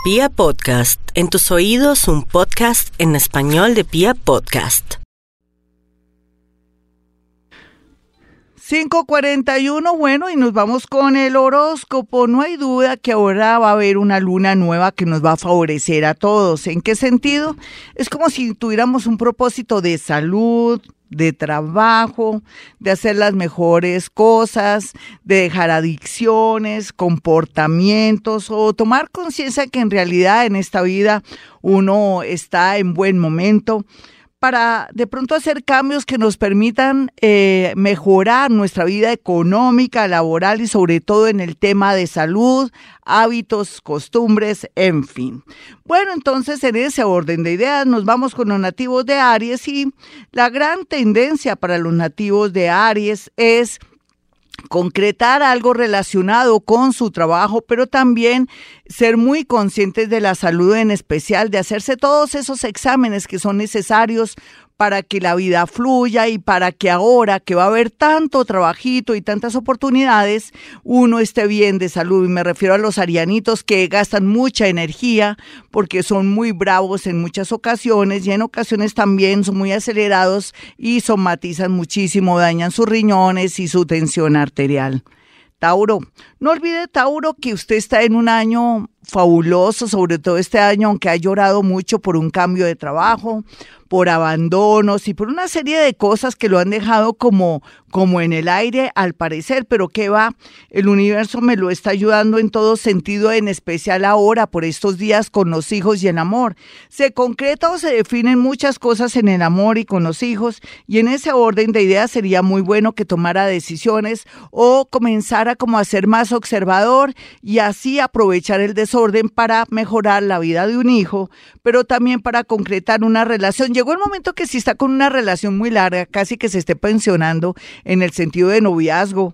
Pia Podcast, en tus oídos un podcast en español de Pia Podcast. 5:41, bueno, y nos vamos con el horóscopo. No hay duda que ahora va a haber una luna nueva que nos va a favorecer a todos. ¿En qué sentido? Es como si tuviéramos un propósito de salud, de trabajo, de hacer las mejores cosas, de dejar adicciones, comportamientos o tomar conciencia que en realidad en esta vida uno está en buen momento para de pronto hacer cambios que nos permitan mejorar nuestra vida económica, laboral y sobre todo en el tema de salud, hábitos, costumbres, en fin. Bueno, entonces en ese orden de ideas nos vamos con los nativos de Aries y la gran tendencia para los nativos de Aries es concretar algo relacionado con su trabajo, pero también ser muy conscientes de la salud, en especial de hacerse todos esos exámenes que son necesarios para que la vida fluya y para que ahora que va a haber tanto trabajito y tantas oportunidades, uno esté bien de salud. Y me refiero a los arianitos que gastan mucha energía porque son muy bravos en muchas ocasiones y en ocasiones también son muy acelerados y somatizan muchísimo, dañan sus riñones y su tensión arterial. Tauro, no olvide, Tauro, que usted está en un año fabuloso, sobre todo este año, aunque ha llorado mucho por un cambio de trabajo, por abandonos y por una serie de cosas que lo han dejado como en el aire al parecer, pero que va, el universo me lo está ayudando en todo sentido, en especial ahora por estos días con los hijos y el amor. Se concreta o se definen muchas cosas en el amor y con los hijos y en ese orden de ideas sería muy bueno que tomara decisiones o comenzara como a ser más observador y así aprovechar el desorden para mejorar la vida de un hijo, pero también para concretar una relación. Llegó el momento que si está con una relación muy larga, casi que se esté pensionando en el sentido de noviazgo,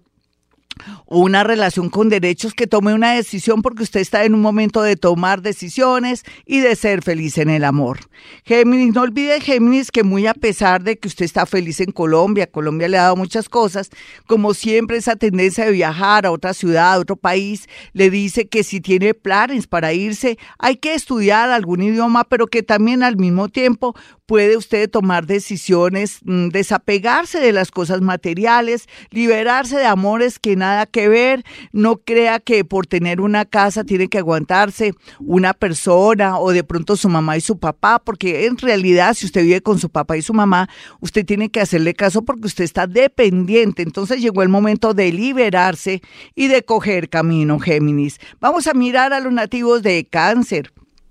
o una relación con derechos, que tome una decisión porque usted está en un momento de tomar decisiones y de ser feliz en el amor. Géminis, no olvide, Géminis, que muy a pesar de que usted está feliz en Colombia le ha dado muchas cosas, como siempre esa tendencia de viajar a otra ciudad, a otro país, le dice que si tiene planes para irse, hay que estudiar algún idioma, pero que también al mismo tiempo puede usted tomar decisiones, desapegarse de las cosas materiales, liberarse de amores que nada que ver. No crea que por tener una casa tiene que aguantarse una persona o de pronto su mamá y su papá, porque en realidad si usted vive con su papá y su mamá, usted tiene que hacerle caso porque usted está dependiente. Entonces llegó el momento de liberarse y de coger camino, Géminis. Vamos a mirar a los nativos de Cáncer.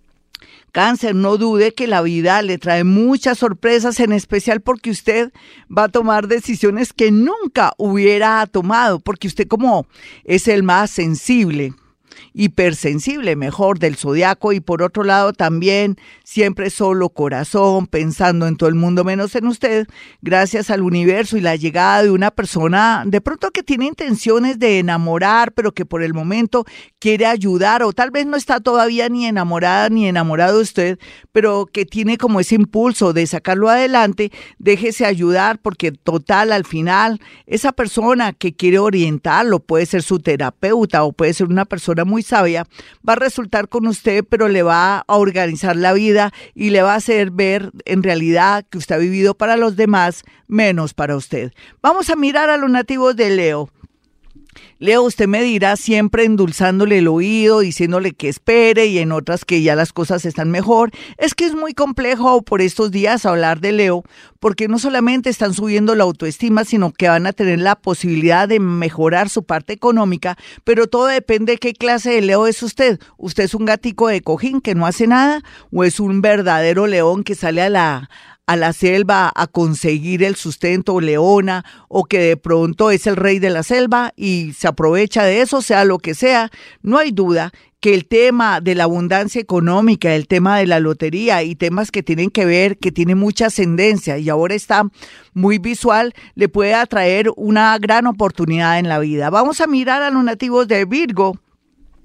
Cáncer, no dude que la vida le trae muchas sorpresas, en especial porque usted va a tomar decisiones que nunca hubiera tomado, porque usted como es el más sensible, hipersensible, mejor, del zodiaco, y por otro lado también siempre solo corazón, pensando en todo el mundo menos en usted, gracias al universo y la llegada de una persona de pronto que tiene intenciones de enamorar, pero que por el momento quiere ayudar, o tal vez no está todavía ni enamorada ni enamorado de usted, pero que tiene como ese impulso de sacarlo adelante. Déjese ayudar porque total, al final, esa persona que quiere orientarlo, puede ser su terapeuta o puede ser una persona muy sabia, va a resultar con usted, pero le va a organizar la vida y le va a hacer ver en realidad que usted ha vivido para los demás, menos para usted. Vamos a mirar a los nativos de Leo. Leo, usted me dirá, siempre endulzándole el oído, diciéndole que espere, y en otras que ya las cosas están mejor. Es que es muy complejo por estos días hablar de Leo, porque no solamente están subiendo la autoestima, sino que van a tener la posibilidad de mejorar su parte económica, pero todo depende de qué clase de Leo es usted. ¿Usted es un gatico de cojín que no hace nada o es un verdadero león que sale a la selva a conseguir el sustento, o leona, o que de pronto es el rey de la selva y se aprovecha de eso, sea lo que sea? No hay duda que el tema de la abundancia económica, el tema de la lotería y temas que tienen que ver, que tiene mucha ascendencia y ahora está muy visual, le puede atraer una gran oportunidad en la vida. Vamos a mirar a los nativos de Virgo.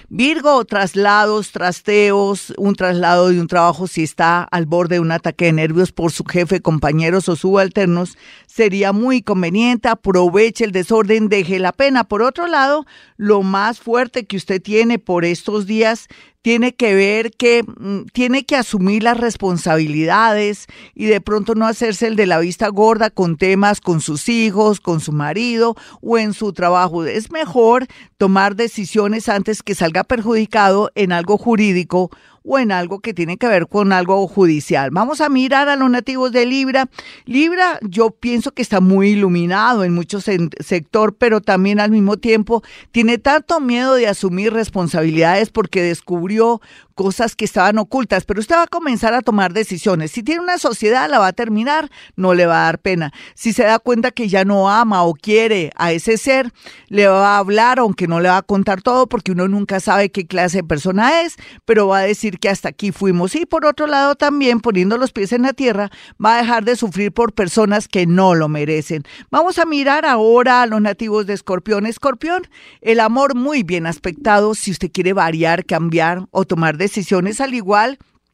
Virgo, traslados, trasteos, un traslado de un trabajo si está al borde de un ataque de nervios por su jefe, compañeros o subalternos, sería muy conveniente. Aproveche el desorden, deje la pena. Por otro lado, lo más fuerte que usted tiene por estos días tiene que ver que tiene que asumir las responsabilidades y de pronto no hacerse el de la vista gorda con temas con sus hijos, con su marido o en su trabajo. Es mejor tomar decisiones antes que salga perjudicado en algo jurídico o en algo que tiene que ver con algo judicial. Vamos a mirar a los nativos de Libra. Libra, yo pienso que está muy iluminado en muchos sector, pero también al mismo tiempo tiene tanto miedo de asumir responsabilidades porque descubrió cosas que estaban ocultas, pero usted va a comenzar a tomar decisiones. Si tiene una sociedad, la va a terminar, no le va a dar pena. Si se da cuenta que ya no ama o quiere a ese ser, le va a hablar, aunque no le va a contar todo, porque uno nunca sabe qué clase de persona es, pero va a decir que hasta aquí fuimos. Y por otro lado también, poniendo los pies en la tierra, va a dejar de sufrir por personas que no lo merecen. Vamos a mirar ahora a los nativos de Escorpión. Escorpión, el amor muy bien aspectado, si usted quiere variar, cambiar o tomar decisiones, al igual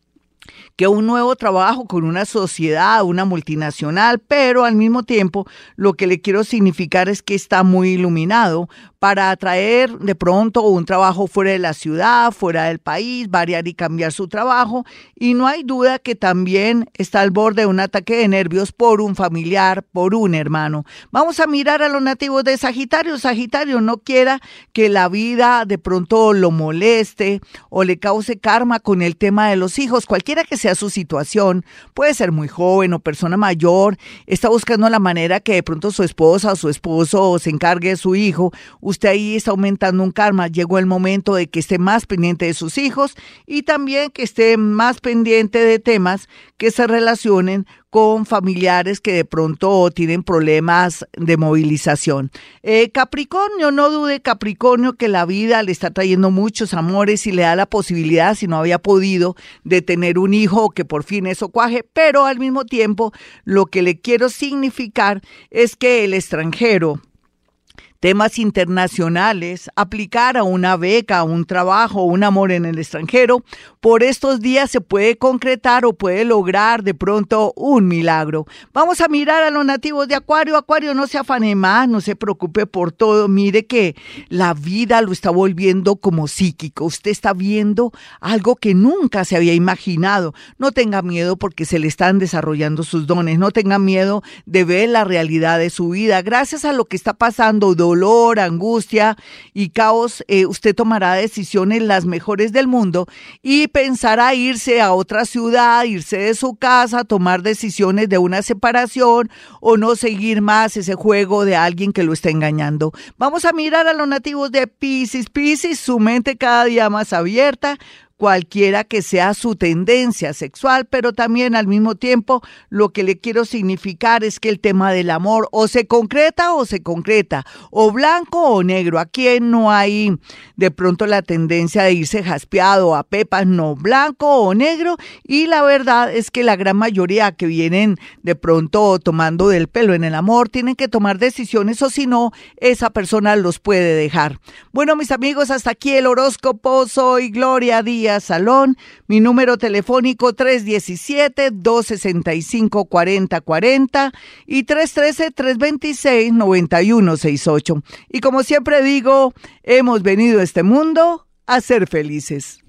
que un nuevo trabajo con una sociedad, una multinacional, pero al mismo tiempo lo que le quiero significar es que está muy iluminado para atraer de pronto un trabajo fuera de la ciudad, fuera del país, variar y cambiar su trabajo, y no hay duda que también está al borde de un ataque de nervios por un familiar, por un hermano. Vamos a mirar a los nativos de Sagitario. Sagitario, no quiera que la vida de pronto lo moleste o le cause karma con el tema de los hijos, cualquiera que sea su situación, puede ser muy joven o persona mayor, está buscando la manera que de pronto su esposa o su esposo se encargue de su hijo. Usted ahí está aumentando un karma. Llegó el momento de que esté más pendiente de sus hijos y también que esté más pendiente de temas que se relacionen con familiares que de pronto tienen problemas de movilización. Capricornio, no dude, Capricornio, que la vida le está trayendo muchos amores y le da la posibilidad, si no había podido, de tener un hijo o que por fin eso cuaje, pero al mismo tiempo lo que le quiero significar es que el extranjero, temas internacionales, aplicar a una beca, a un trabajo, un amor en el extranjero, por estos días se puede concretar o puede lograr de pronto un milagro. Vamos a mirar a los nativos de Acuario. Acuario, no se afane más, no se preocupe por todo. Mire que la vida lo está volviendo como psíquico. Usted está viendo algo que nunca se había imaginado. No tenga miedo porque se le están desarrollando sus dones. No tenga miedo de ver la realidad de su vida. Gracias a lo que está pasando, dolor, angustia y caos, usted tomará decisiones las mejores del mundo y pensará irse a otra ciudad, irse de su casa, tomar decisiones de una separación o no seguir más ese juego de alguien que lo está engañando. Vamos a mirar a los nativos de Piscis. Piscis, su mente cada día más abierta, cualquiera que sea su tendencia sexual, pero también al mismo tiempo lo que le quiero significar es que el tema del amor o se concreta, o blanco o negro. Aquí no hay de pronto la tendencia de irse jaspeado a pepas, no, blanco o negro, y la verdad es que la gran mayoría que vienen de pronto tomando del pelo en el amor tienen que tomar decisiones o si no, esa persona los puede dejar. Bueno, mis amigos, hasta aquí el horóscopo. Soy Gloria Díaz Salón, mi número telefónico 317-265-4040 y 313-326-9168. Y como siempre digo, hemos venido a este mundo a ser felices.